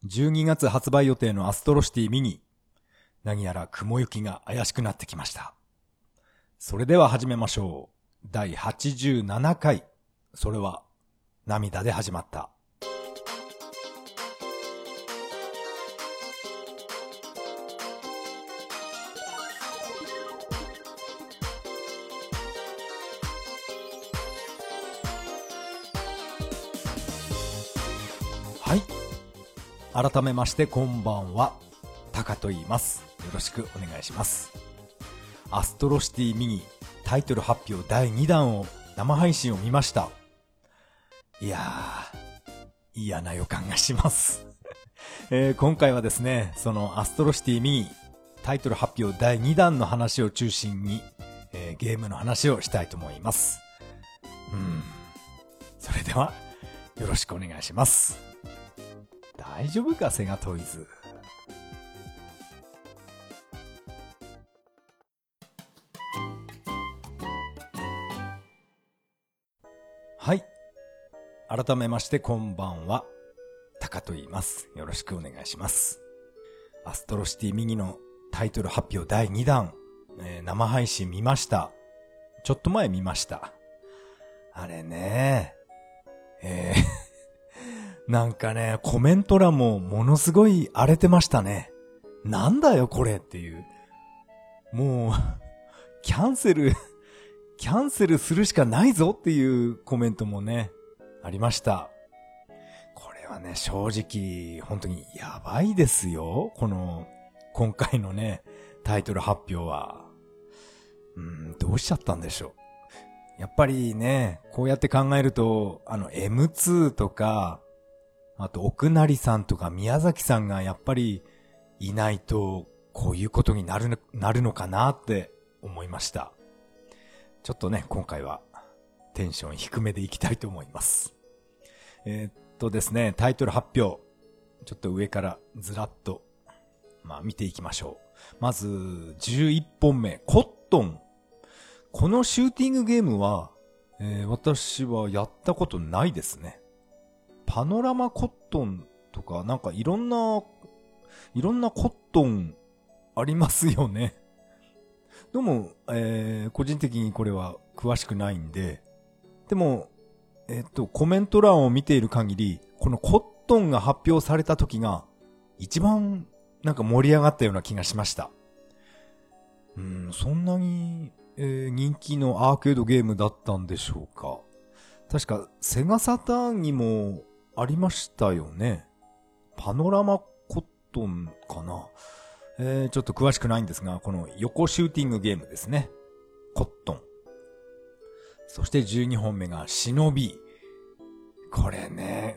12月発売予定のアストロシティミニ。何やら雲行きが怪しくなってきました。それでは始めましょう。第87回。それは涙で始まった。はい。改めましてこんばんは。タカと言います。よろしくお願いします。アストロシティミニタイトル発表第2弾を生配信を見ました。いやー、嫌な予感がします。今回はですね、そのアストロシティミニタイトル発表第2弾の話を中心に、ゲームの話をしたいと思います。それではよろしくお願いします。大丈夫かセガトイズ。はい。改めましてこんばんは。タカと言います。よろしくお願いします。アストロシティミニのタイトル発表第2弾、生配信見ました。ちょっと前見ました。あれね、なんかね、コメント欄もものすごい荒れてましたね。なんだよこれっていう。もう、キャンセルするしかないぞっていうコメントもね、ありました。これはね、正直、本当にやばいですよ。今回のね、タイトル発表は。どうしちゃったんでしょう。やっぱりね、こうやって考えると、M2 とか、あと奥成さんとか宮崎さんがやっぱりいないと、こういうことになるのかなって思いました。ちょっとね、今回はテンション低めでいきたいと思います。ですね、タイトル発表。ちょっと上からずらっと、見ていきましょう。まず、11本目、コットン。このシューティングゲームは、私はやったことないですね。パノラマコットンとか、なんかいろんなコットンありますよね。でも、個人的にこれは詳しくないんで、でも、コメント欄を見ている限り、このコットンが発表された時が、一番なんか盛り上がったような気がしました。そんなに、人気のアーケードゲームだったんでしょうか。確か、セガサターンにもありましたよね。パノラマコットンかな。ちょっと詳しくないんですが、この横シューティングゲームですね。コットン。そして12本目が忍び。これね、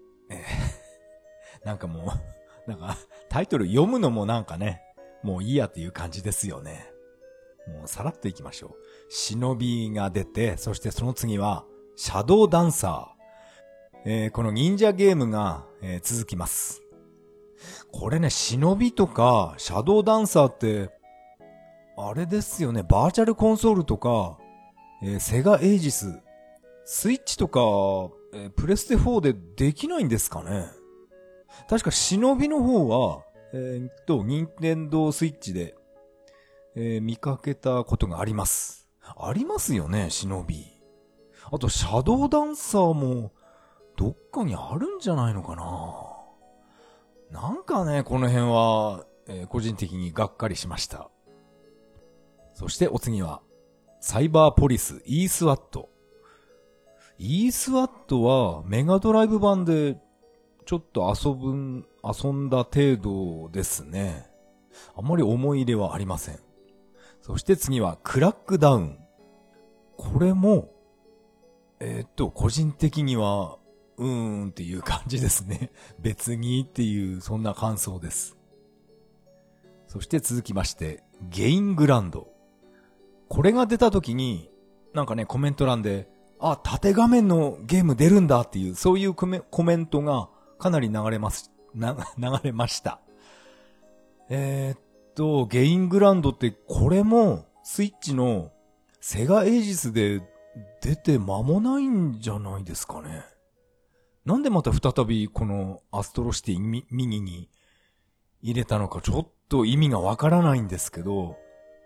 なんかもう、なんかタイトル読むのもなんかね、もういいやっていう感じですよね。もうさらっといきましょう。忍びが出て、そしてその次は、シャドウダンサー。この忍者ゲームが、続きます。これね、忍びとか、シャドウダンサーって、あれですよね、バーチャルコンソールとか、セガエイジス、スイッチとか、プレステ4でできないんですかね。確か忍びの方は、任天堂スイッチで、見かけたことがあります。ありますよね、忍び。あと、シャドウダンサーも、どっかにあるんじゃないのかな。なんかね、この辺は、個人的にがっかりしました。そしてお次は、サイバーポリスイースワット。イースワットはメガドライブ版でちょっと遊んだ程度ですね。あんまり思い入れはありません。そして次はクラックダウン。これも、個人的には、っていう感じですね。別にっていう、そんな感想です。そして続きまして、ゲイングランド。これが出た時に、なんかね、コメント欄で、縦画面のゲーム出るんだっていう、そういうコメントがかなり流れました。ゲイングランドってこれもスイッチのセガエイジスで出て間もないんじゃないですかね。 なんでまた再びこのアストロシティミニに入れたのかちょっと意味がわからないんですけど、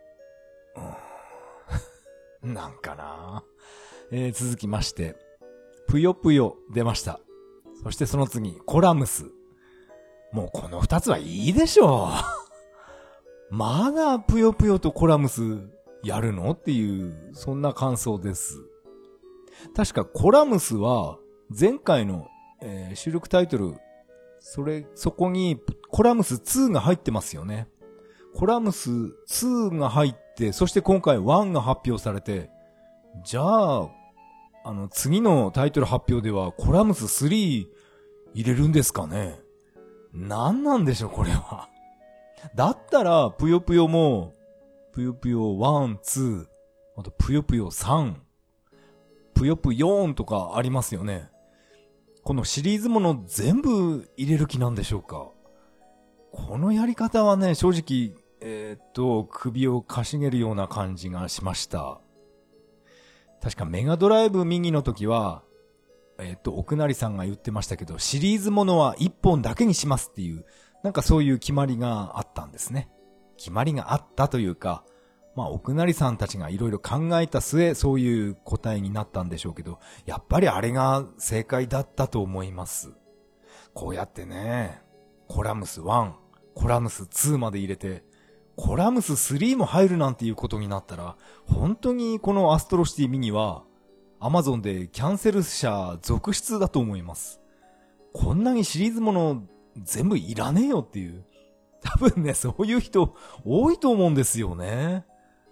なんかな。続きまして、ぷよぷよ出ました。そしてその次、コラムス。もうこの2つはいいでしょう。まだぷよぷよとコラムスやるのっていう、そんな感想です。確かコラムスは前回の、収録タイトル、そこにコラムス2が入ってますよね。コラムス2が入って、そして今回1が発表されて、じゃあ、次のタイトル発表ではコラムス3入れるんですかね。なんなんでしょうこれは。だったら、ぷよぷよも、ぷよぷよ1、2、あとぷよぷよ3、ぷよぷ4とかありますよね。このシリーズもの全部入れる気なんでしょうか。このやり方はね、正直、首をかしげるような感じがしました。確かメガドライブミニの時は、奥成さんが言ってましたけど、シリーズものは1本だけにしますっていう、なんかそういう決まりがあったんですね。決まりがあったというか、まあ奥成さんたちがいろいろ考えた末、そういう答えになったんでしょうけど、やっぱりあれが正解だったと思います。こうやってね、コラムス1、コラムス2まで入れて、コラムス3も入るなんていうことになったら、本当にこのアストロシティミニは、Amazon でキャンセル者続出だと思います。こんなにシリーズもの全部いらねえよっていう。多分ね、そういう人多いと思うんですよね。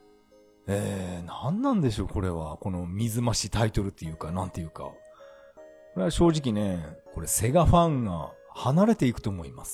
なんなんでしょうこれは。この水増しタイトルっていうか、なんていうか。これは正直ね、これセガファンが離れていくと思います。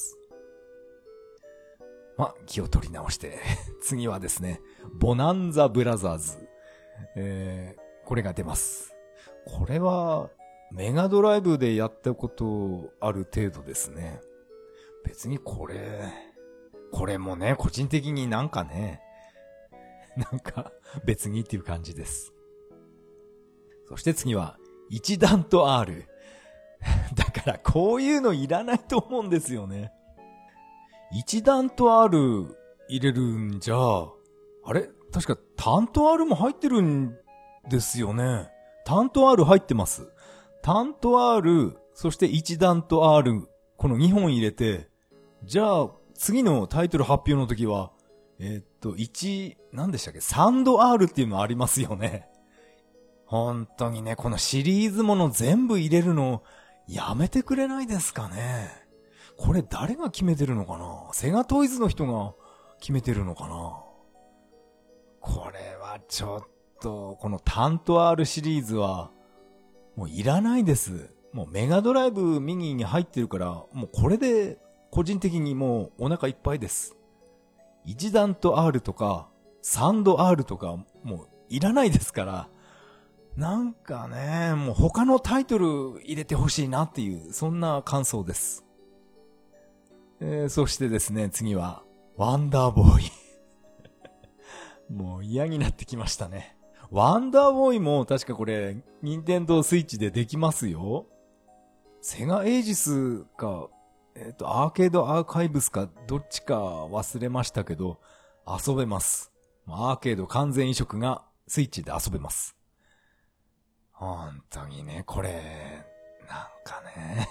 ま、気を取り直して。次はですね、ボナンザブラザーズ。これが出ます。これは、メガドライブでやったことある程度ですね。別にこれもね、個人的になんかね、なんか別にっていう感じです。そして次は、一段と R。だからこういうのいらないと思うんですよね。一段と R 入れるんじゃ、あれ確か単と R も入ってるんですよね。単と R 入ってます。単と R、そして一段と R、この2本入れて、じゃあ次のタイトル発表の時は、何でしたっけ 3度 R っていうのありますよね。本当にね、このシリーズもの全部入れるのやめてくれないですかね。これ誰が決めてるのかな。セガトイズの人が決めてるのかな。これはちょっと、このタント R シリーズはもういらないです。もうメガドライブミニに入ってるから、もうこれで個人的にもうお腹いっぱいです。一段と R とか3度 R とかもういらないですから、なんかね、もう他のタイトル入れてほしいなっていう、そんな感想です。そしてですね、次は、ワンダーボーイ。もう嫌になってきましたね。ワンダーボーイも確かこれ、ニンテンドースイッチでできますよ。セガエイジスか、アーケードアーカイブスか、どっちか忘れましたけど、遊べます。アーケード完全移植がスイッチで遊べます。本当にね、これ、なんかね。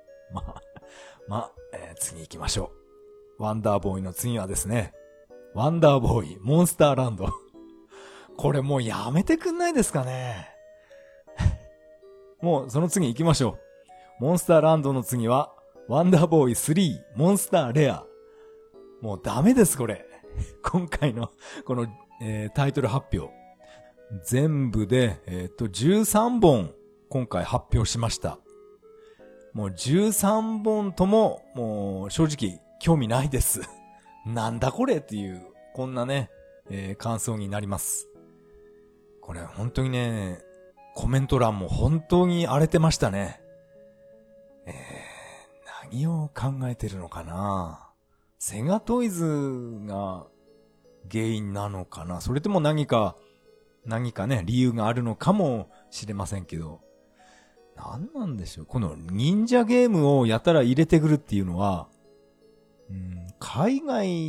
次行きましょう。ワンダーボーイの次はですね、ワンダーボーイ、モンスターランド。これもうやめてくんないですかね。もうその次行きましょう。モンスターランドの次は、ワンダーボーイ3、モンスターレア。もうダメです、これ。今回の、この、タイトル発表。全部で、13本、今回発表しました。もう13本とも、もう正直興味ないです。なんだこれっていう、こんなね、感想になります。これ本当にね、コメント欄も本当に荒れてましたね。何を考えてるのかな。セガトイズが原因なのかな。それとも何かね、理由があるのかもしれませんけど、 なんなんでしょう。この忍者ゲームをやたら入れてくるっていうのは、海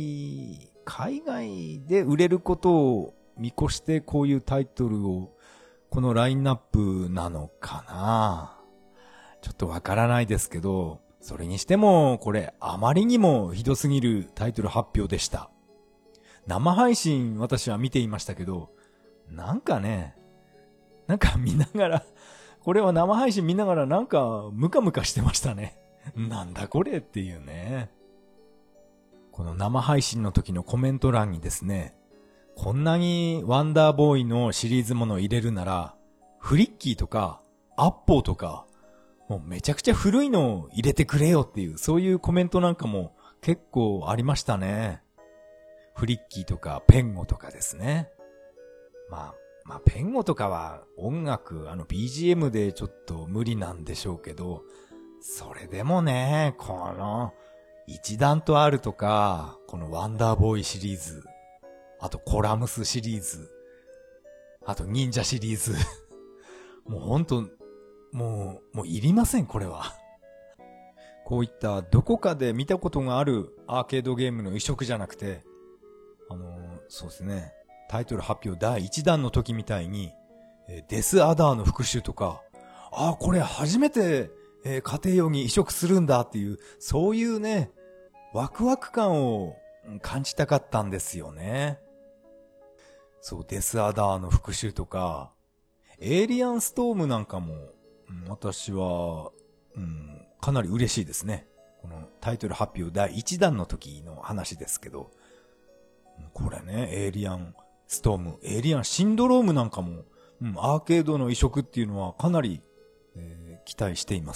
外で売れることを見越してこういうタイトルを、このラインナップなのかな。ちょっとわからないですけど、それにしてもこれあまりにもひどすぎるタイトル発表でした。生配信私は見ていましたけど、なんか見ながら、これは生配信見ながらなんかムカムカしてましたね。なんだこれっていうね。この生配信の時のコメント欄にですね、こんなにワンダーボーイのシリーズものを入れるなら、フリッキーとかアッポーとか、もうめちゃくちゃ古いのを入れてくれよっていう、そういうコメントなんかも結構ありましたね。フリッキーとかペンゴとかですね。まあペンゴとかは音楽、BGM でちょっと無理なんでしょうけど、それでもね、この一段とあるとか、このワンダーボーイシリーズ、あとコラムスシリーズ、あと忍者シリーズ、もうほんと、もういりません、これは。こういったどこかで見たことがあるアーケードゲームの移植じゃなくて、そうですね、タイトル発表第1弾の時みたいに、デスアダーの復讐とか、これ初めて、家庭用に移植するんだっていう、そういうね、ワクワク感を感じたかったんですよね。そう、デスアダーの復讐とか、エイリアンストームなんかも、私は、かなり嬉しいですね。このタイトル発表第1弾の時の話ですけど、これね、エイリアンストーム、エイリアンシンドロームなんかも、アーケードの移植っていうのはかなり、期待しています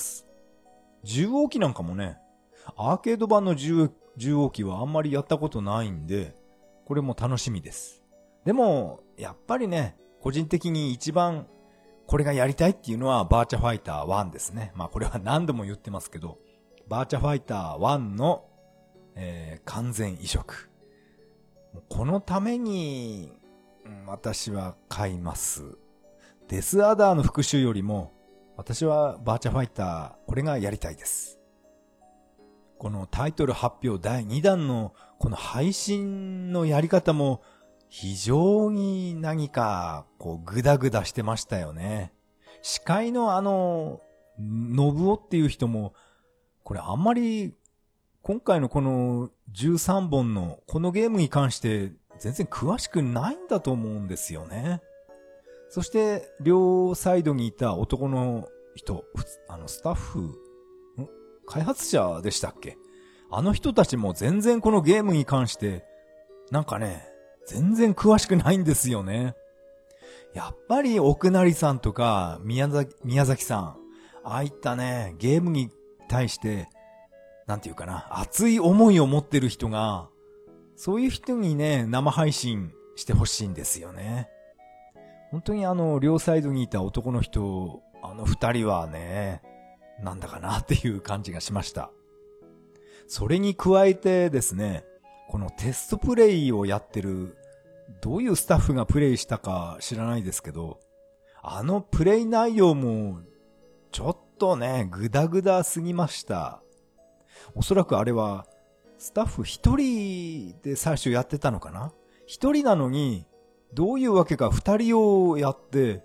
。10号機なんかもね、アーケード版の10号機はあんまりやったことないんで、これも楽しみです。でも、やっぱりね、個人的に一番これがやりたいっていうのはバーチャファイター1ですね。これは何度も言ってますけど、バーチャファイター1の、完全移植。このために、私は買います。デスアダーの復讐よりも、私はバーチャファイター、これがやりたいです。このタイトル発表第2弾のこの配信のやり方も非常に何かグダグダしてましたよね。司会のノブオっていう人も、これあんまり今回のこの13本のこのゲームに関して全然詳しくないんだと思うんですよね。そして両サイドにいた男の人、スタッフ、開発者でしたっけ？あの人たちも全然このゲームに関してなんかね、全然詳しくないんですよね。やっぱり奥成さんとか宮崎さん、ああいったね、ゲームに対してなんていうかな、熱い思いを持ってる人が、そういう人にね、生配信してほしいんですよね。本当に両サイドにいた男の人、二人はね、なんだかなっていう感じがしました。それに加えてですね、このテストプレイをやってる、どういうスタッフがプレイしたか知らないですけど、プレイ内容も、ちょっとね、グダグダすぎました。おそらくあれは、スタッフ一人で最初やってたのかな？一人なのに、どういうわけか二人をやって、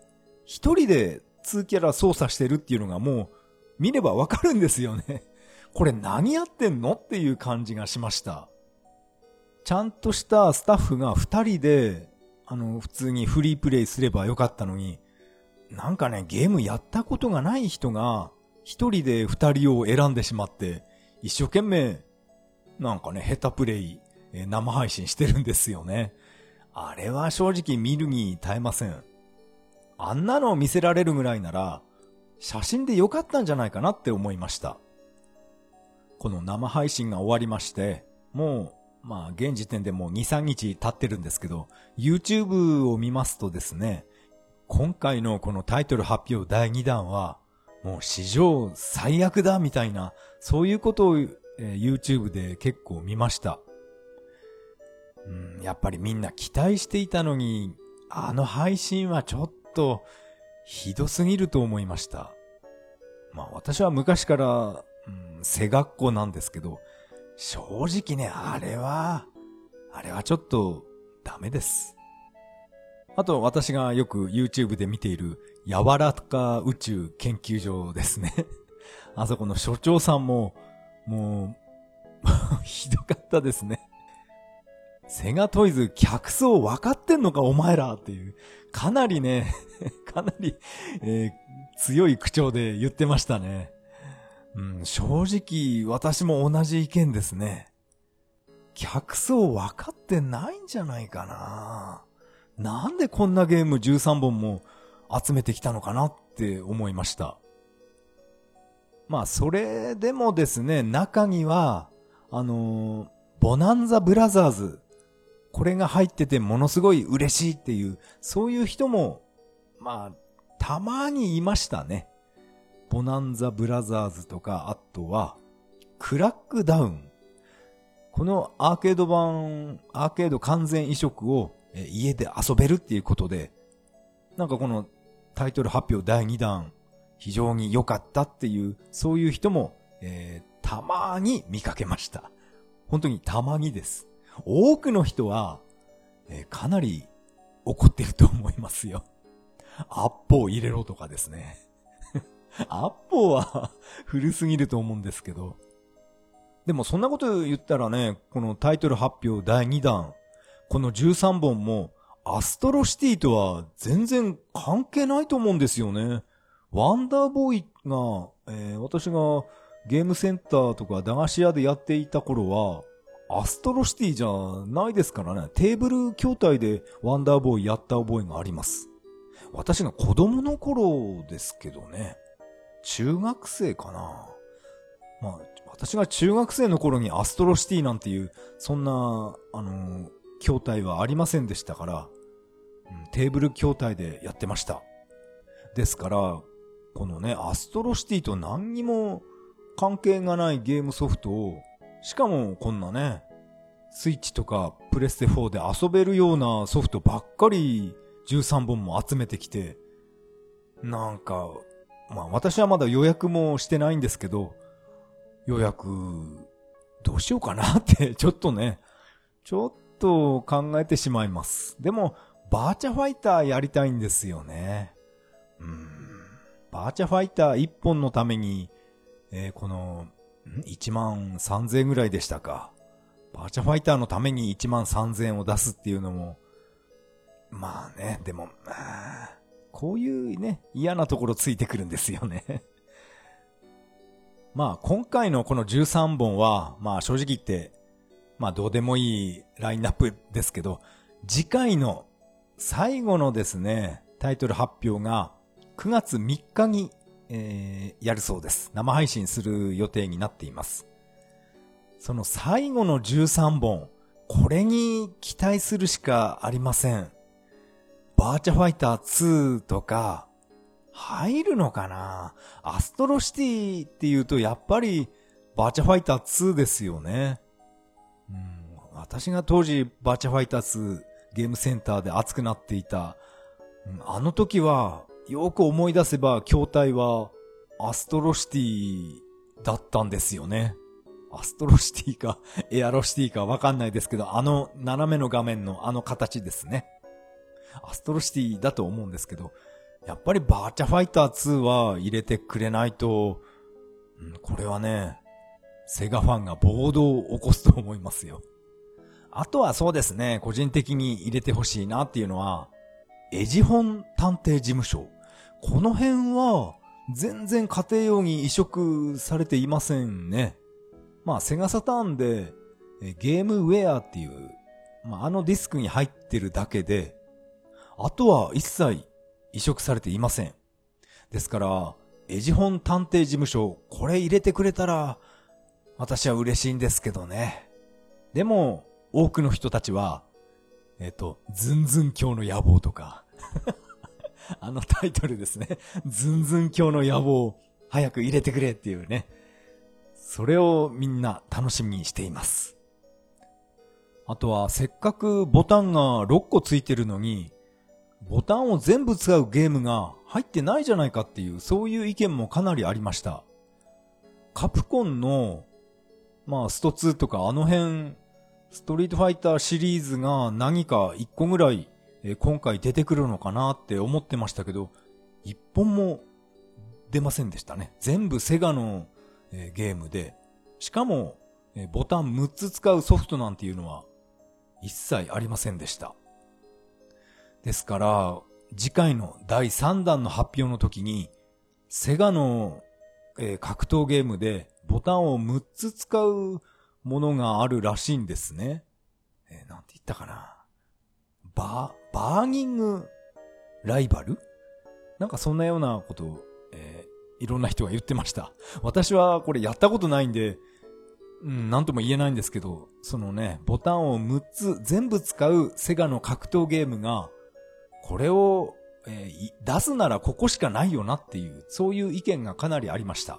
一人で2キャラ操作してるっていうのがもう、見ればわかるんですよね。これ何やってんのっていう感じがしました。ちゃんとしたスタッフが二人で、普通にフリープレイすればよかったのに、なんかね、ゲームやったことがない人が、一人で二人を選んでしまって、一生懸命、なんかね、下手プレイ、生配信してるんですよね。あれは正直見るに耐えません。あんなのを見せられるぐらいなら、写真でよかったんじゃないかなって思いました。この生配信が終わりまして、もう、現時点でもう2、3日経ってるんですけど、YouTube を見ますとですね、今回のこのタイトル発表第2弾は、もう史上最悪だみたいな、そういうことを、YouTube で結構見ました。やっぱりみんな期待していたのに、配信はちょっとひどすぎると思いました。 まあ私は昔から、背学校なんですけど、正直ね、あれはちょっとダメです。あと私がよく YouTube で見ている柔らか宇宙研究所ですね。あそこの所長さんも、もう、ひどかったですね。セガトイズ客層分かってんのかお前らっていう、かなりね、かなり、強い口調で言ってましたね。正直私も同じ意見ですね。客層分かってないんじゃないかな。なんでこんなゲーム13本も集めてきたのかなって思いました。まあそれでもですね、中には、ボナンザブラザーズ、これが入っててものすごい嬉しいっていう、そういう人も、まあ、たまにいましたね。ボナンザブラザーズとか、あとは、クラックダウン。このアーケード完全移植を家で遊べるっていうことで、なんかこのタイトル発表第2弾、非常に良かったっていう、そういう人も、たまに見かけました。本当にたまにです。多くの人は、かなり怒ってると思いますよ。アッポを入れろとかですね。アッポは古すぎると思うんですけど。でもそんなこと言ったらね、このタイトル発表第2弾、この13本もアストロシティとは全然関係ないと思うんですよね。ワンダーボーイが、私がゲームセンターとか駄菓子屋でやっていた頃は、アストロシティじゃないですからね。テーブル筐体でワンダーボーイやった覚えがあります。私が子供の頃ですけどね。中学生かな。まあ、私が中学生の頃にアストロシティなんていう、そんな、筐体はありませんでしたから、テーブル筐体でやってました。ですから、このね、アストロシティと何にも関係がないゲームソフトを、しかもこんなね、スイッチとかプレステ4で遊べるようなソフトばっかり13本も集めてきて、なんか、まあ私はまだ予約もしてないんですけど、予約どうしようかなってちょっと考えてしまいます。でも、バーチャファイターやりたいんですよね。バーチャファイター1本のために、この、1万3000円ぐらいでしたか。バーチャファイターのために1万3000円を出すっていうのも、まあね、でも、こういうね、嫌なところついてくるんですよね。まあ今回のこの13本は、まあ正直言って、まあどうでもいいラインナップですけど、次回の最後のですね、タイトル発表が9月3日に、やるそうです。生配信する予定になっています。その最後の13本、これに期待するしかありません。バーチャファイター2とか、入るのかな？アストロシティって言うとやっぱりバーチャファイター2ですよね。私が当時バーチャファイター2ゲームセンターで熱くなっていた、あの時はよく思い出せば筐体はアストロシティだったんですよね。アストロシティかエアロシティかわかんないですけど、あの斜めの画面のあの形ですね。アストロシティだと思うんですけど、やっぱりバーチャファイター2は入れてくれないと、これはね、セガファンが暴動を起こすと思いますよ。あとはそうですね、個人的に入れてほしいなっていうのは、エジホン探偵事務所。この辺は全然家庭用に移植されていませんね。まあセガサターンでゲームウェアっていう、あのディスクに入ってるだけで、あとは一切移植されていません。ですから、エジホン探偵事務所、これ入れてくれたら、私は嬉しいんですけどね。でも、多くの人たちは、ズンズン教の野望とか、あのタイトルですね。ズンズン教の野望、早く入れてくれっていうね。それをみんな楽しみにしています。あとは、せっかくボタンが6個ついてるのに、 ボタンを全部使うゲームが入ってないじゃないかっていう、そういう意見もかなりありました。カプコンの、スト2とかあの辺、ストリートファイターシリーズが何か1個ぐらい、今回出てくるのかなって思ってましたけど、1本も出ませんでしたね。全部セガの、ゲームで、しかも、ボタン6つ使うソフトなんていうのは一切ありませんでした。ですから、次回の第3弾の発表の時に、セガの、格闘ゲームでボタンを6つ使うものがあるらしいんですね。なんて言ったかな。バーニングライバル？なんかそんなようなことを、いろんな人が言ってました。私はこれやったことないんで、なんとも言えないんですけど、そのね、ボタンを6つ全部使うセガの格闘ゲームが、これを、出すならここしかないよなっていう、そういう意見がかなりありました。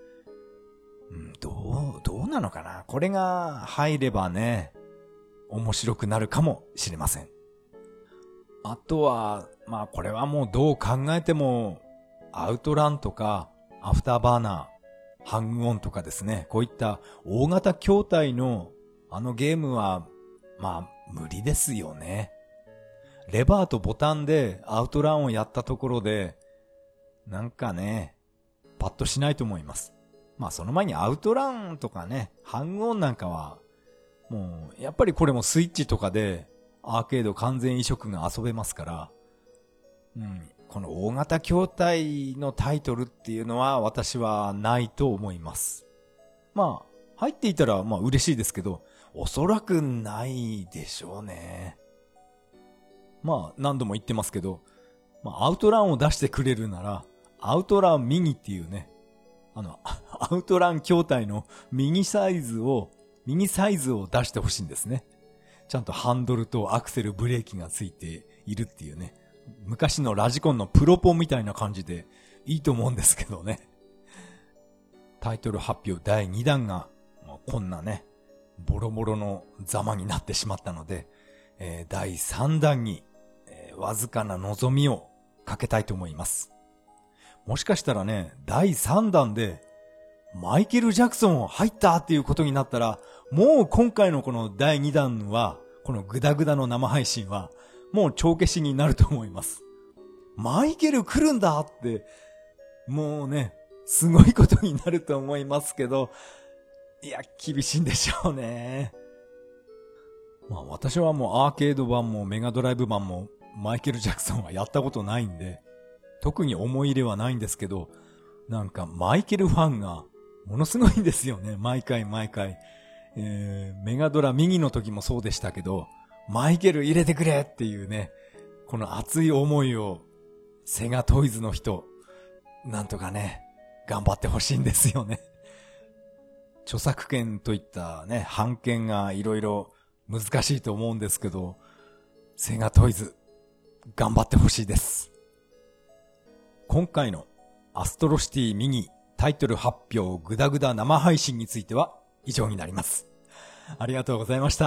どうなのかな。これが入ればね、面白くなるかもしれません。あとは、これはもうどう考えても、アウトランとか、アフターバーナー、ハングオンとかですね、こういった大型筐体のあのゲームは、無理ですよね。レバーとボタンでアウトランをやったところで、なんかね、パッとしないと思います。その前にアウトランとかね、ハングオンなんかは、もう、やっぱりこれもスイッチとかで、アーケード完全移植が遊べますから、この大型筐体のタイトルっていうのは私はないと思います。入っていたら嬉しいですけど、おそらくないでしょうね。何度も言ってますけど、アウトランを出してくれるなら、アウトランミニっていうね、アウトラン筐体のミニサイズを出してほしいんですね。ちゃんとハンドルとアクセル、ブレーキがついているっていうね。昔のラジコンのプロポンみたいな感じでいいと思うんですけどね。タイトル発表第2弾が、こんなね、ボロボロのざまになってしまったので、第3弾に、わずかな望みをかけたいと思います。もしかしたらね、第3弾でマイケル・ジャクソン入ったっていうことになったら、もう今回のこの第2弾は、このグダグダの生配信は、もう帳消しになると思います。マイケル来るんだって、もうね、すごいことになると思いますけど、いや、厳しいんでしょうね。私はもうアーケード版もメガドライブ版もマイケル・ジャクソンはやったことないんで、特に思い入れはないんですけど、なんかマイケルファンがものすごいんですよね。毎回。メガドラミニの時もそうでしたけど、マイケル入れてくれっていうね、この熱い思いをセガトイズの人、なんとかね、頑張ってほしいんですよね。著作権といったね、版権がいろいろ難しいと思うんですけど、セガトイズ、頑張ってほしいです。今回のアストロシティミニタイトル発表グダグダ生配信については以上になります。ありがとうございました。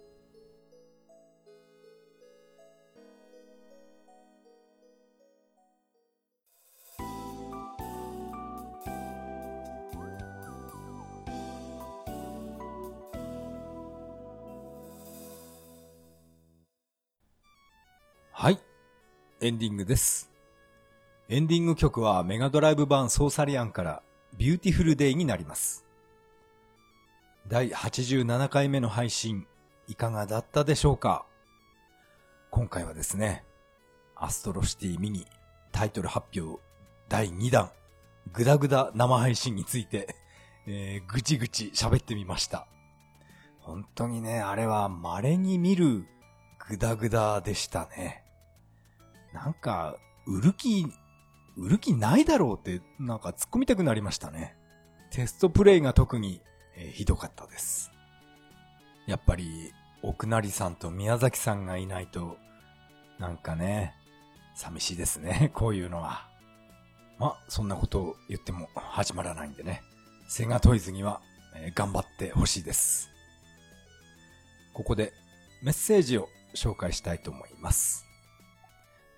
はい、エンディングです。エンディング曲はメガドライブ版ソーサリアンからビューティフルデイになります。第87回目の配信いかがだったでしょうか。今回はですね、アストロシティミニタイトル発表第2弾グダグダ生配信について、ぐちぐち喋ってみました。本当にね、あれは稀に見るグダグダでしたね。なんか売る気ないだろうってなんか突っ込みたくなりましたね。テストプレイが特に、ひどかったです。やっぱり奥成さんと宮崎さんがいないとなんかね、寂しいですね、こういうのは。そんなことを言っても始まらないんでね、セガトイズには、頑張ってほしいです。ここでメッセージを紹介したいと思います。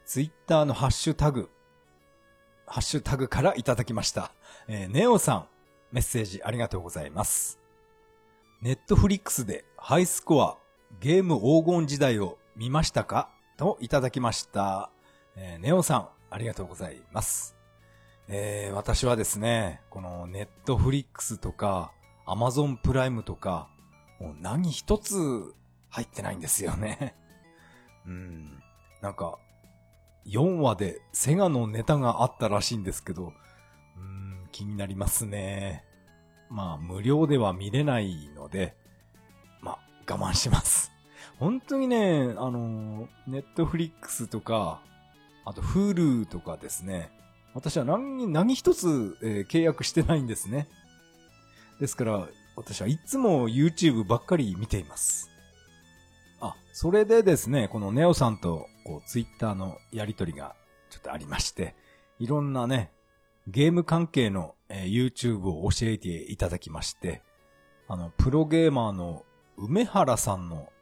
ツイッターのハッシュタグからいただきました。ネオさん、メッセージありがとうございます。ネットフリックスでハイスコアゲーム黄金時代を見ましたかといただきました。ネオさん、ありがとうございます。私はですね、このネットフリックスとかアマゾンプライムとか、もう何一つ入ってないんですよね。なんか、4話でセガのネタがあったらしいんですけど、気になりますね。まあ、無料では見れないので、まあ、我慢します。本当にね、ネットフリックスとか、あと Hulu とかですね、私は何一つ、契約してないんですね。ですから、私はいつも YouTube ばっかり見ています。それでですね、このネオさんとTwitter のやりとりがちょっとありまして、いろんなね、ゲーム関係の、YouTube を教えていただきまして、プロゲーマーの梅原さんの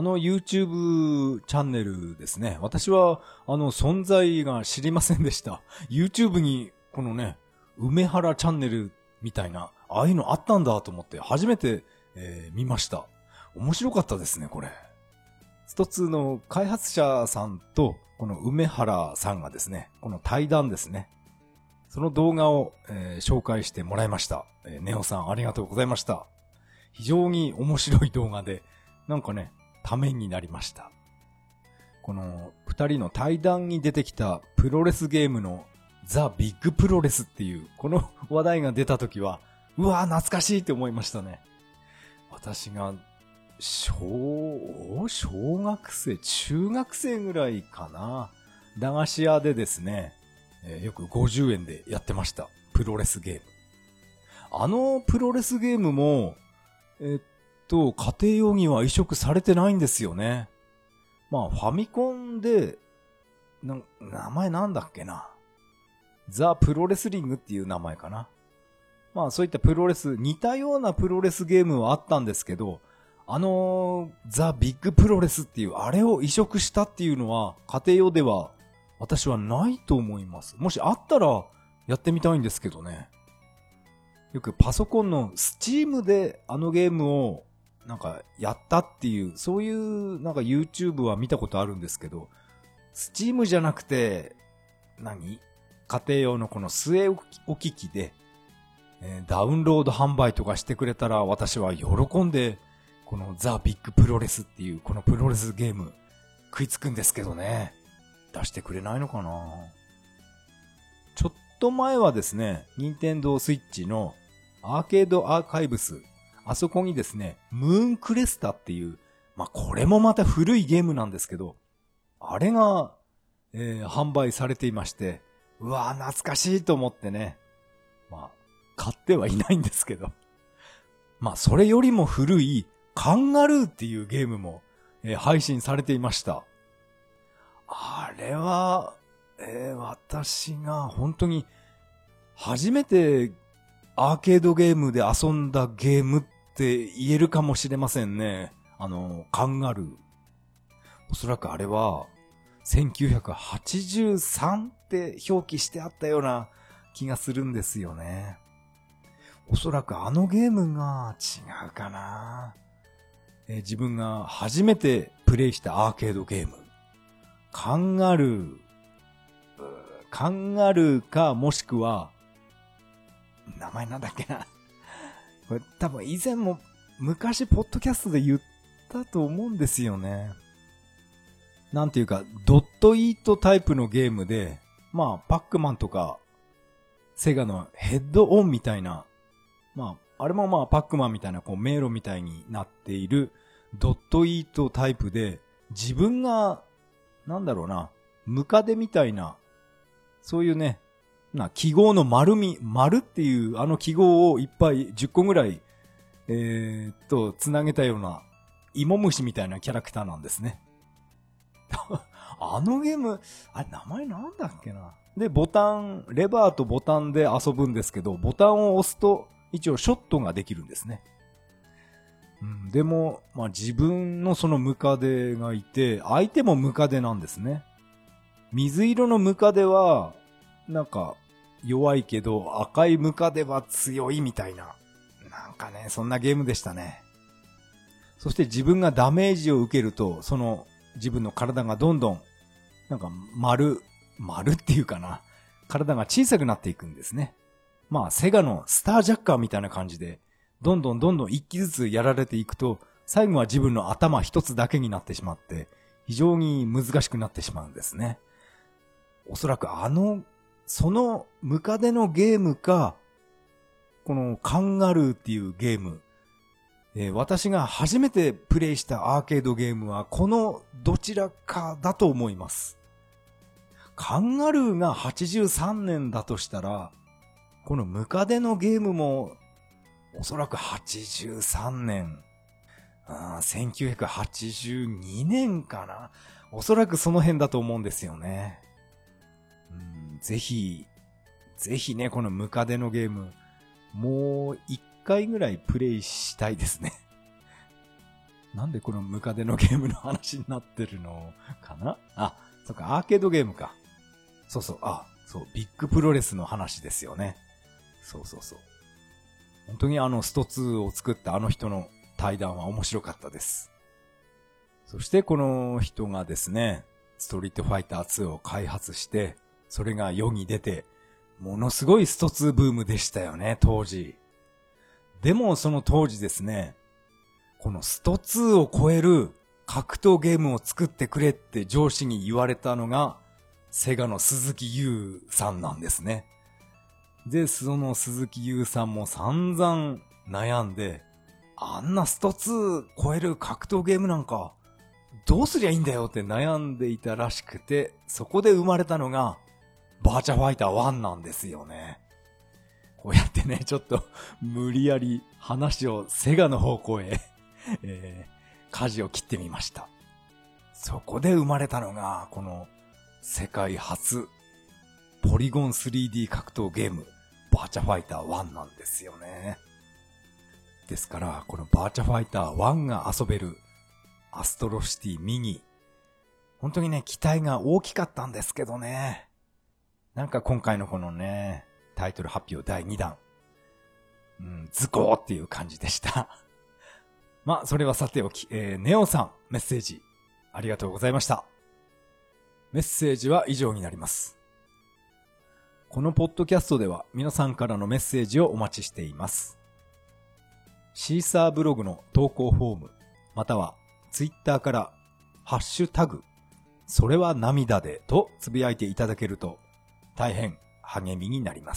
YouTube チャンネルですね。私は存在が知りませんでした。YouTube にこのね、梅原チャンネルみたいな、ああいうのあったんだと思って初めて、見ました。面白かったですね、これ。一つの開発者さんとこの梅原さんがですね、この対談ですね。その動画を、紹介してもらいました。ネオさんありがとうございました。非常に面白い動画で、なんかね、ためになりました。この二人の対談に出てきたプロレスゲームのザ・ビッグプロレスっていうこの話題が出た時は、うわー懐かしいって思いましたね。私が小学生、中学生ぐらいかな。駄菓子屋でですね、よく50円でやってました。プロレスゲーム。プロレスゲームも、家庭用には移植されてないんですよね。まあ、ファミコンで、名前なんだっけな。ザ・プロレスリングっていう名前かな。まあ、そういったプロレス、似たようなプロレスゲームはあったんですけど、ザ・ビッグプロレスっていう、あれを移植したっていうのは、家庭用では、私はないと思います。もしあったら、やってみたいんですけどね。よくパソコンのスチームでゲームを、なんか、やったっていう、そういう、なんか YouTube は見たことあるんですけど、スチームじゃなくて、家庭用のこの据え置き機で、ダウンロード販売とかしてくれたら、私は喜んで、このザ・ビッグプロレスっていうこのプロレスゲーム食いつくんですけどね。出してくれないのかな。ちょっと前はですね、任天堂スイッチのアーケードアーカイブス、あそこにですね、ムーンクレスタっていう、まあこれもまた古いゲームなんですけど、あれが、販売されていまして、うわー懐かしいと思ってね、まあ買ってはいないんですけど、まあそれよりも古いカンガルーっていうゲームも、配信されていました。あれは、私が本当に初めてアーケードゲームで遊んだゲームって言えるかもしれませんね。カンガルー。おそらくあれは1983って表記してあったような気がするんですよね。おそらくゲームが違うかな。自分が初めてプレイしたアーケードゲーム。カンガルーかもしくは、名前なんだっけな。これ多分以前も昔ポッドキャストで言ったと思うんですよね。なんていうか、ドットイートタイプのゲームで、まあパックマンとか、セガのヘッドオンみたいな、まあ、あれもまあパックマンみたいなこう迷路みたいになっているドットイートタイプで、自分が、なんだろうな、ムカデみたいな、そういうね、記号の丸っていう記号をいっぱい10個ぐらい、つなげたような、芋虫みたいなキャラクターなんですね。ゲーム、あれ名前なんだっけな。で、レバーとボタンで遊ぶんですけど、ボタンを押すと、一応ショットができるんですね。でも、まあ自分のそのムカデがいて、相手もムカデなんですね。 水色のムカデは、なんか弱いけど赤いムカデは強いみたいな。なんかね、そんなゲームでしたね。そして自分がダメージを受けると、その自分の体がどんどん、なんか丸っていうかな。体が小さくなっていくんですね。まあ、セガのスタージャッカーみたいな感じで、どんどん一機ずつやられていくと、最後は自分の頭一つだけになってしまって、非常に難しくなってしまうんですね。おそらくそのムカデのゲームか、このカンガルーっていうゲーム、私が初めてプレイしたアーケードゲームはこのどちらかだと思います。カンガルーが83年だとしたら、このムカデのゲームもおそらく83年、1982年かな。おそらくその辺だと思うんですよね。ぜひね、このムカデのゲーム、もう一回ぐらいプレイしたいですね。なんでこのムカデのゲームの話になってるのかな。そっか、アーケードゲームか。そう、ビッグプロレスの話ですよね。そう。本当にスト2を作ったあの人の対談は面白かったです。そしてこの人がですね、ストリートファイター2を開発して、それが世に出て、ものすごいスト2ブームでしたよね、当時。でもその当時ですね、このスト2を超える格闘ゲームを作ってくれって上司に言われたのが、セガの鈴木優さんなんですね。で、その鈴木優さんも散々悩んで、あんなスト2超える格闘ゲームなんか、どうすりゃいいんだよって悩んでいたらしくて、そこで生まれたのが、バーチャファイター1なんですよね。こうやってね、ちょっと無理やり話をセガの方向へ、舵を切ってみました。そこで生まれたのが、この世界初ポリゴン 3D 格闘ゲーム、バーチャファイター1なんですよね。ですから、このバーチャファイター1が遊べるアストロシティミニ、本当にね、期待が大きかったんですけどね。なんか今回のこのね、タイトル発表第2弾。ズコーっていう感じでした。まあ、それはさておき、ネオさん、メッセージ、ありがとうございました。メッセージは以上になります。このポッドキャストでは皆さんからのメッセージをお待ちしています。シーサーブログの投稿フォーム、またはツイッターからハッシュタグ、それは涙でとつぶやいていただけると大変励みになります。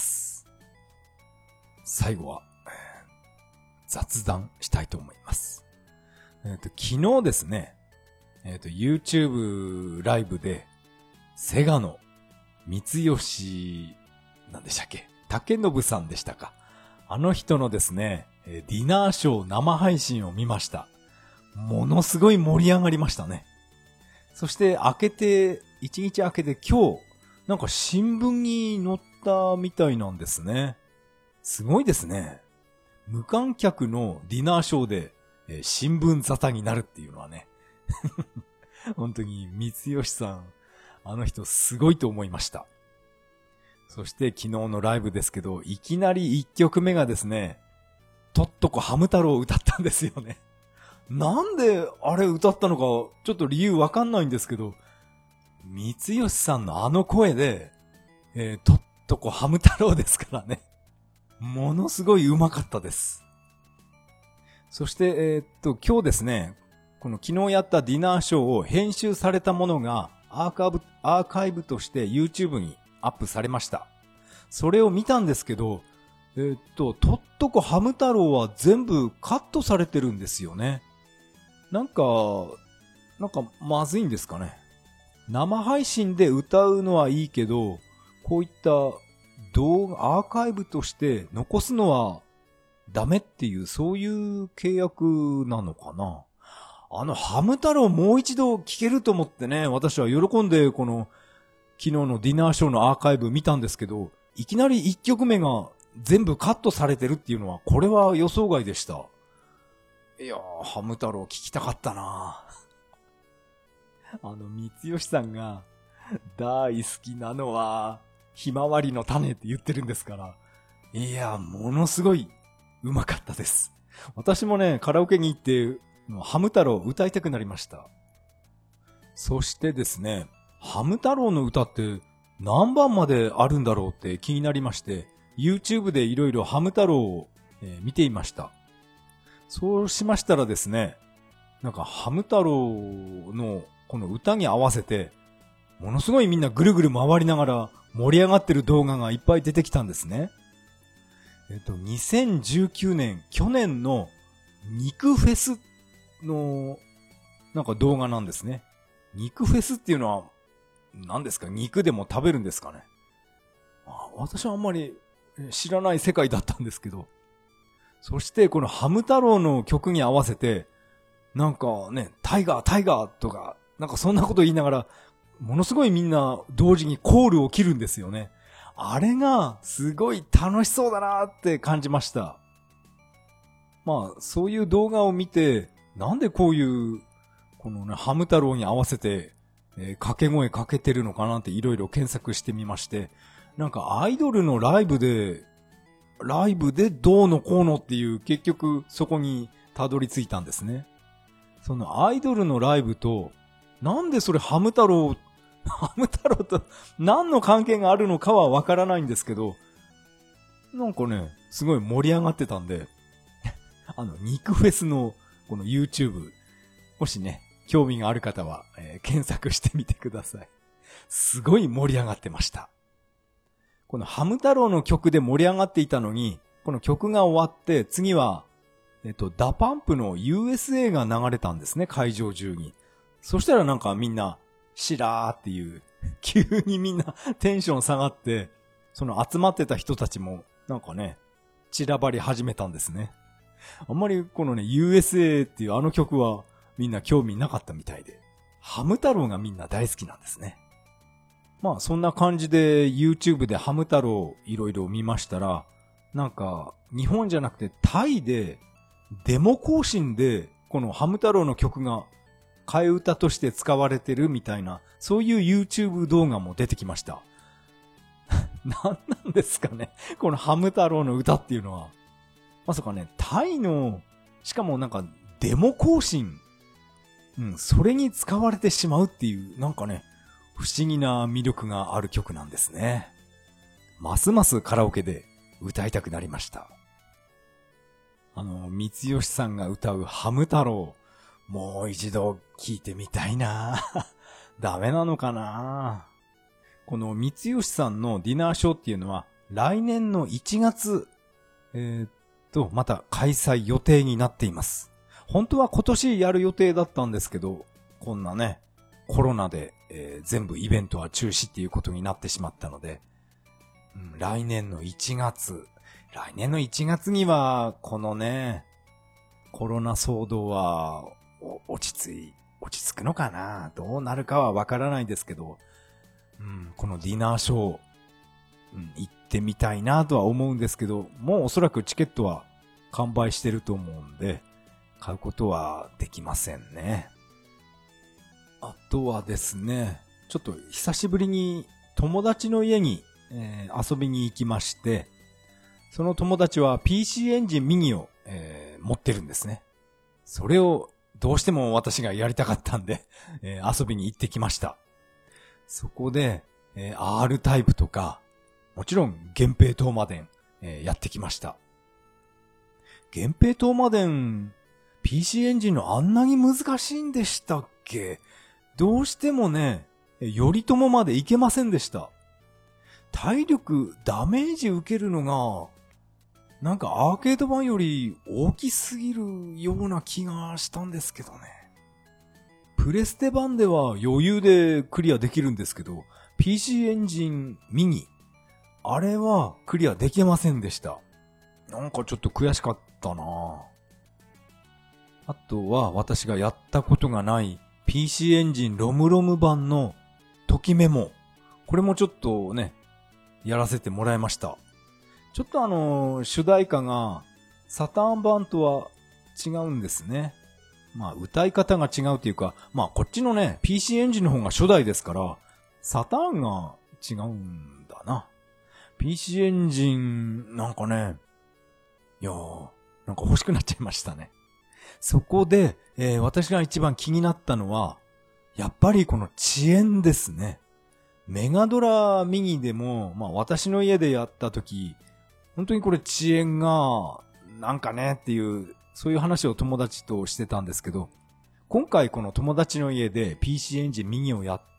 最後は雑談したいと思います。昨日ですね、YouTube ライブでセガの三吉なんでしたっけ、竹信さんでしたか。あの人のですね、ディナーショー生配信を見ました。ものすごい盛り上がりましたね。そして一日明けて今日、なんか新聞に載ったみたいなんですね。すごいですね。無観客のディナーショーで、新聞沙汰になるっていうのはね。本当に三吉さん、あの人すごいと思いました。そして昨日のライブですけど、いきなり1曲目がですね、とっとこハム太郎を歌ったんですよね。なんであれ歌ったのかちょっと理由わかんないんですけど、三吉さんのあの声で、とっとこハム太郎ですからね。ものすごい上手かったです。そして、今日ですね、この昨日やったディナーショーを編集されたものがアーカイブとして YouTube にアップされました。それを見たんですけど、とっとこハム太郎は全部カットされてるんですよね。なんかまずいんですかね。生配信で歌うのはいいけど、こういった動画、アーカイブとして残すのはダメっていう、そういう契約なのかな。ハム太郎もう一度聴けると思ってね、私は喜んでこの昨日のディナーショーのアーカイブ見たんですけど、いきなり1曲目が全部カットされてるっていうのは、これは予想外でした。いやー、ハム太郎聞きたかったな。三吉さんが大好きなのは、ひまわりの種って言ってるんですから。いや、ものすごいうまかったです。私もね、カラオケに行って、ハム太郎歌いたくなりました。そしてですね、ハム太郎の歌って何番まであるんだろうって気になりまして、YouTube でいろいろハム太郎を、見ていました。そうしましたらですね、なんかハム太郎のこの歌に合わせて、ものすごいみんなぐるぐる回りながら盛り上がってる動画がいっぱい出てきたんですね。2019年、去年の肉フェスのなんか動画なんですね。肉フェスっていうのは何ですか？肉でも食べるんですかね。私はあんまり知らない世界だったんですけど。そしてこのハム太郎の曲に合わせて、なんかね、タイガータイガーとか、なんかそんなこと言いながら、ものすごいみんな同時にコールを切るんですよね。あれがすごい楽しそうだなって感じました。まあ、そういう動画を見て、なんでこういう、このね、ハム太郎に合わせて、掛け声かけてるのかなっていろいろ検索してみまして、なんかアイドルのライブでどうのこうのっていう結局そこにたどり着いたんですね。そのアイドルのライブと、なんでそれハム太郎と何の関係があるのかはわからないんですけど、なんかね、すごい盛り上がってたんで、肉フェスのこの YouTube、もしね、興味がある方は、検索してみてください。すごい盛り上がってました。このハム太郎の曲で盛り上がっていたのに、この曲が終わって、次は、ダパンプの USA が流れたんですね、会場中に。そしたらなんかみんな、シラーっていう、急にみんなテンション下がって、その集まってた人たちも、なんかね、散らばり始めたんですね。あんまりこのね、USA っていうあの曲はみんな興味なかったみたいで、ハム太郎がみんな大好きなんですね。まあそんな感じで YouTube でハム太郎いろいろ見ましたら、なんか日本じゃなくてタイでデモ行進でこのハム太郎の曲が替え歌として使われてるみたいな、そういう YouTube 動画も出てきました。何なんですかね、このハム太郎の歌っていうのは。まさかね、タイの、しかもなんかデモ行進、それに使われてしまうっていう、なんかね、不思議な魅力がある曲なんですね。ますますカラオケで歌いたくなりました。三吉さんが歌うハム太郎、もう一度聴いてみたいなダメなのかな。この三吉さんのディナーショーっていうのは来年の1月、また開催予定になっています。本当は今年やる予定だったんですけど、こんなね、コロナで、全部イベントは中止っていうことになってしまったので、来年の1月には、このね、コロナ騒動は落ち着くのかな、どうなるかはわからないですけど、このディナーショー、行ってみたいなとは思うんですけど、もうおそらくチケットは完売してると思うんで、買うことはできませんね。あとはですね、ちょっと久しぶりに友達の家に、遊びに行きまして、その友達は PC エンジンミニを、持ってるんですね。それをどうしても私がやりたかったんで、遊びに行ってきました。そこで、R タイプとか、もちろん源平東馬伝、やってきました。源平東馬伝、PC エンジンのあんなに難しいんでしたっけ？どうしてもね、頼朝まで行けませんでした。体力、ダメージ受けるのが、なんかアーケード版より大きすぎるような気がしたんですけどね。プレステ版では余裕でクリアできるんですけど、PC エンジンミニ、あれはクリアできませんでした。なんかちょっと悔しかったな。あとは私がやったことがない PC エンジンロムロム版のときメモ。これもちょっとね、やらせてもらいました。ちょっと主題歌がサターン版とは違うんですね。まあ歌い方が違うというか、まあこっちのね、PC エンジンの方が初代ですから、 サターンが違うんだな。PC エンジン、なんかね、いやー、なんか欲しくなっちゃいましたね。そこで、私が一番気になったのは、やっぱりこの遅延ですね。メガドラミニでも、私の家でやった時、本当にこれ遅延が、なんかねっていう、そういう話を友達としてたんですけど、今回この友達の家で PC エンジンミニをやって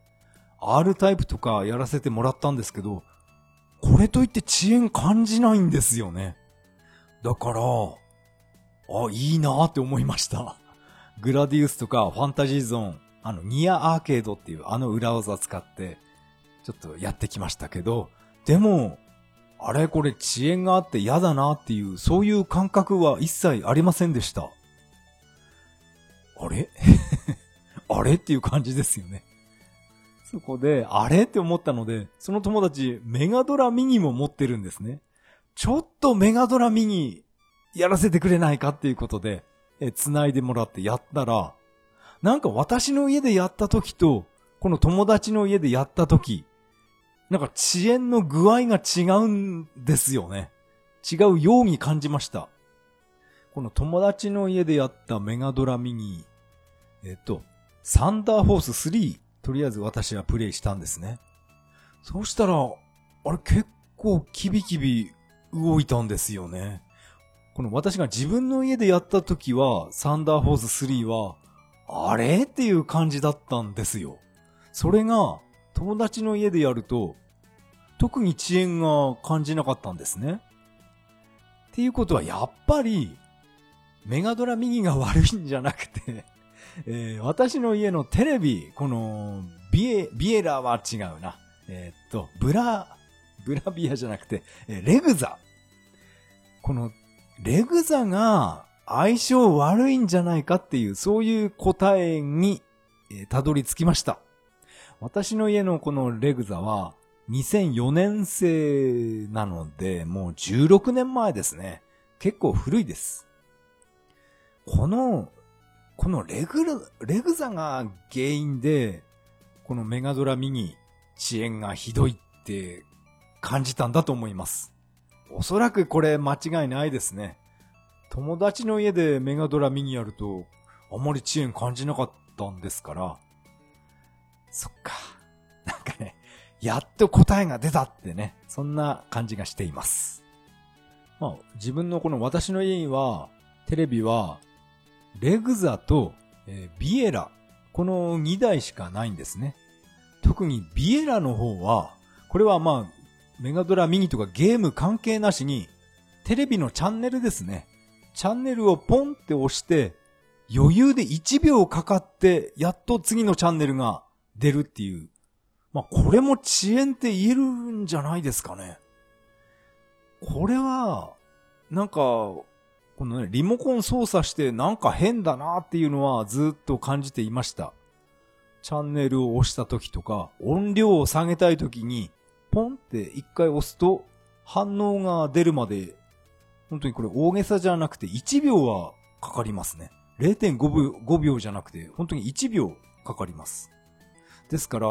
、R タイプとかやらせてもらったんですけど、これといって遅延感じないんですよね。だから、いいなーって思いました。グラディウスとかファンタジーゾーン、ニアアーケードっていう裏技使って、ちょっとやってきましたけど、でも、あれこれ遅延があって嫌だなっていう、そういう感覚は一切ありませんでした。あれあれっていう感じですよね。そこで、あれって思ったので、その友達、メガドラミニも持ってるんですね。ちょっとメガドラミニやらせてくれないかっていうことで、繋いでもらってやったら、なんか私の家でやった時と、この友達の家でやった時、なんか遅延の具合が違うんですよね。違うように感じました。この友達の家でやったメガドラミニ、サンダーフォース3、とりあえず私はプレイしたんですね。そうしたら、あれ結構キビキビ動いたんですよね。この私が自分の家でやった時は、サンダーフォース3は、あれっていう感じだったんですよ。それが、友達の家でやると、特に遅延が感じなかったんですね。っていうことは、やっぱり、メガドラミニが悪いんじゃなくて、私の家のテレビ、この、ビエラは違うな。ブラビアじゃなくて、レグザ。この、レグザが相性悪いんじゃないかっていう、そういう答えに、たどり着きました。私の家のこのレグザは、2004年製なので、もう16年前ですね。結構古いです。このレグザが原因で、このメガドラミニ遅延がひどいって感じたんだと思います。おそらくこれ間違いないですね。友達の家でメガドラミニやると、あまり遅延感じなかったんですから、そっか。なんかね、やっと答えが出たってね、そんな感じがしています。自分のこの私の家には、テレビは、レグザと、ビエラ、この2台しかないんですね。特にビエラの方は、これはメガドラミニとかゲーム関係なしに、テレビのチャンネルですね。チャンネルをポンって押して、余裕で1秒かかって、やっと次のチャンネルが出るっていう。これも遅延って言えるんじゃないですかね。これは、なんか、このね、リモコン操作してなんか変だなっていうのはずっと感じていました。チャンネルを押した時とか、音量を下げたい時に、ポンって一回押すと、反応が出るまで、本当にこれ大げさじゃなくて1秒はかかりますね。0.5 秒じゃなくて、本当に1秒かかります。ですから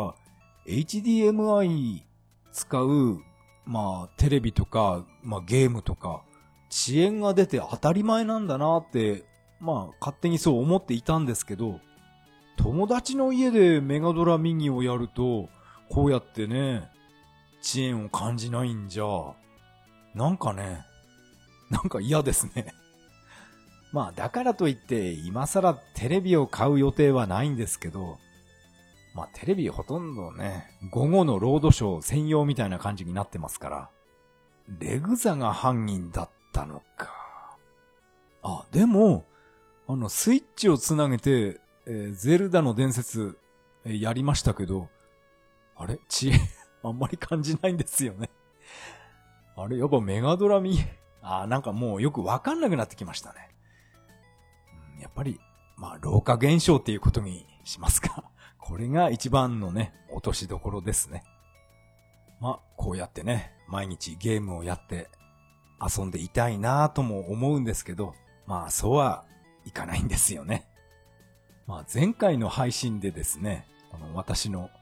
、HDMI 使う、テレビとか、ゲームとか、遅延が出て当たり前なんだなって、勝手にそう思っていたんですけど、友達の家でメガドラミニをやると、こうやってね、遅延を感じないんじゃ、なんか嫌ですね。だからといって、今更テレビを買う予定はないんですけど、テレビほとんどね、午後のロードショー専用みたいな感じになってますから、レグザが犯人だったのか。でも、スイッチをつなげて、ゼルダの伝説、やりましたけど、あれ遅延、あんまり感じないんですよね。あれやっぱメガドラミ、なんかもうよくわかんなくなってきましたね。やっぱり、老化現象っていうことにしますか。これが一番のね、落としどころですね。こうやってね、毎日ゲームをやって遊んでいたいなぁとも思うんですけど、そうはいかないんですよね。前回の配信でですね、私の、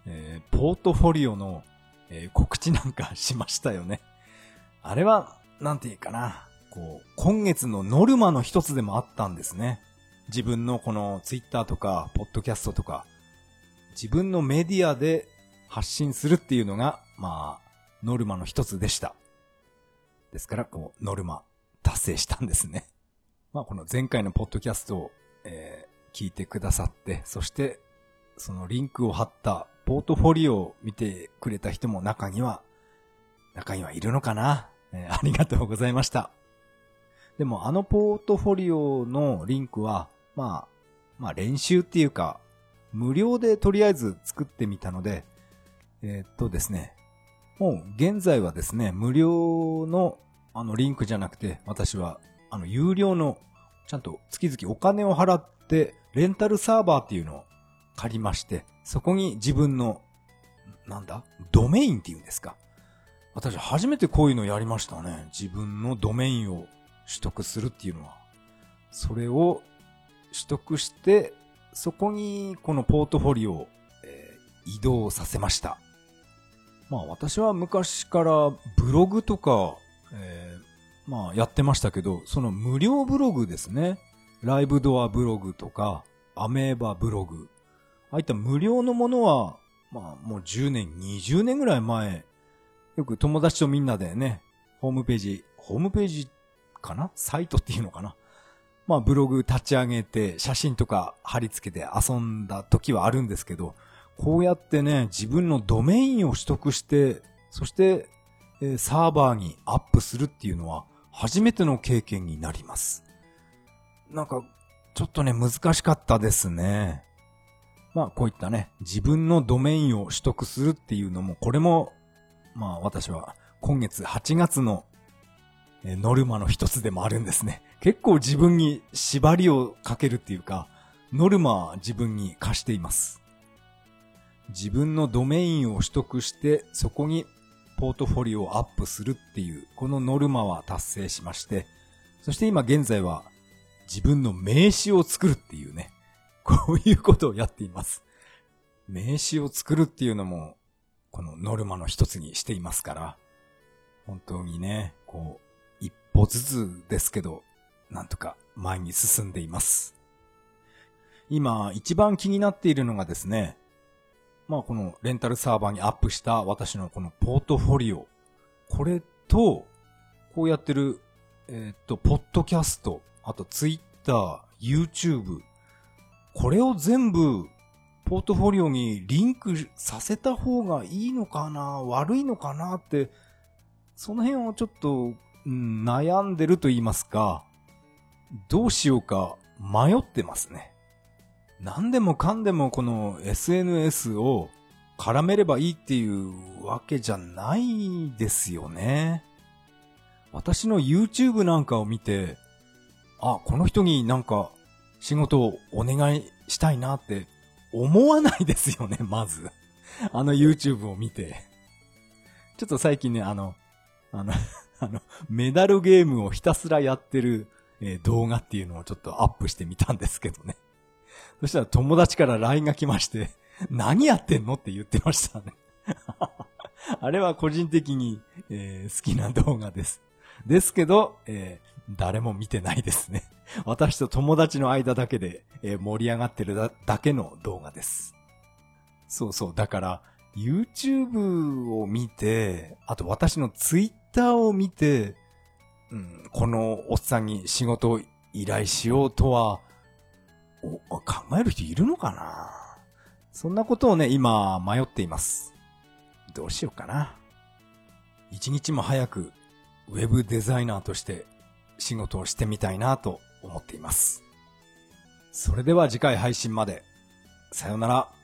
ポートフォリオの、告知なんかしましたよね。あれは、なんていうかな。今月のノルマの一つでもあったんですね。自分のこのツイッターとか、ポッドキャストとか、自分のメディアで発信するっていうのが、ノルマの一つでした。ですから、ノルマ達成したんですね。この前回のポッドキャストを、聞いてくださって、そして、そのリンクを貼ったポートフォリオを見てくれた人も中にはいるのかな。ありがとうございました。でもポートフォリオのリンクは、練習っていうか、無料でとりあえず作ってみたので、ですね、もう現在はですね、無料のリンクじゃなくて、私は有料の、ちゃんと月々お金を払って、レンタルサーバーっていうのを借りまして、そこに自分の、ドメインっていうんですか。私初めてこういうのやりましたね。自分のドメインを取得するっていうのは。それを取得して、そこにこのポートフォリオを、移動させました。私は昔からブログとか、やってましたけど、その無料ブログですね。ライブドアブログとか、アメーバブログ。ああいった無料のものは、もう10年、20年ぐらい前、よく友達とみんなでね、ホームページかな？サイトっていうのかな？ブログ立ち上げて、写真とか貼り付けて遊んだ時はあるんですけど、こうやってね、自分のドメインを取得して、そして、サーバーにアップするっていうのは、初めての経験になります。ちょっとね、難しかったですね。こういったね、自分のドメインを取得するっていうのも、これも、私は今月8月のノルマの一つでもあるんですね。結構自分に縛りをかけるっていうか、ノルマは自分に課しています。自分のドメインを取得して、そこにポートフォリオをアップするっていう、このノルマは達成しまして、そして今現在は自分の名刺を作るっていうね、こういうことをやっています。名刺を作るっていうのも、このノルマの一つにしていますから、本当にね、一歩ずつですけど、なんとか前に進んでいます。今、一番気になっているのがですね、このレンタルサーバーにアップした私のこのポートフォリオ。これと、こうやってる、ポッドキャスト、あとツイッター、YouTube、これを全部、ポートフォリオにリンクさせた方がいいのかな、悪いのかなって、その辺をちょっと、悩んでると言いますか、どうしようか迷ってますね。何でもかんでもこの SNS を絡めればいいっていうわけじゃないですよね。私の YouTube なんかを見て、この人に仕事をお願いしたいなって思わないですよね、まず。YouTube を見て。ちょっと最近ね、メダルゲームをひたすらやってる、動画っていうのをちょっとアップしてみたんですけどね。そしたら友達から LINE が来まして、何やってんのって言ってましたね。あれは個人的に、好きな動画です。ですけど、誰も見てないですね。私と友達の間だけで、盛り上がってるだけの動画です。そうそう。だから、YouTube を見て、あと私の Twitter を見て、このおっさんに仕事を依頼しようとは、考える人いるのかな？そんなことをね、今迷っています。どうしようかな。一日も早くウェブデザイナーとして仕事をしてみたいなと思っています。それでは次回配信まで。さようなら。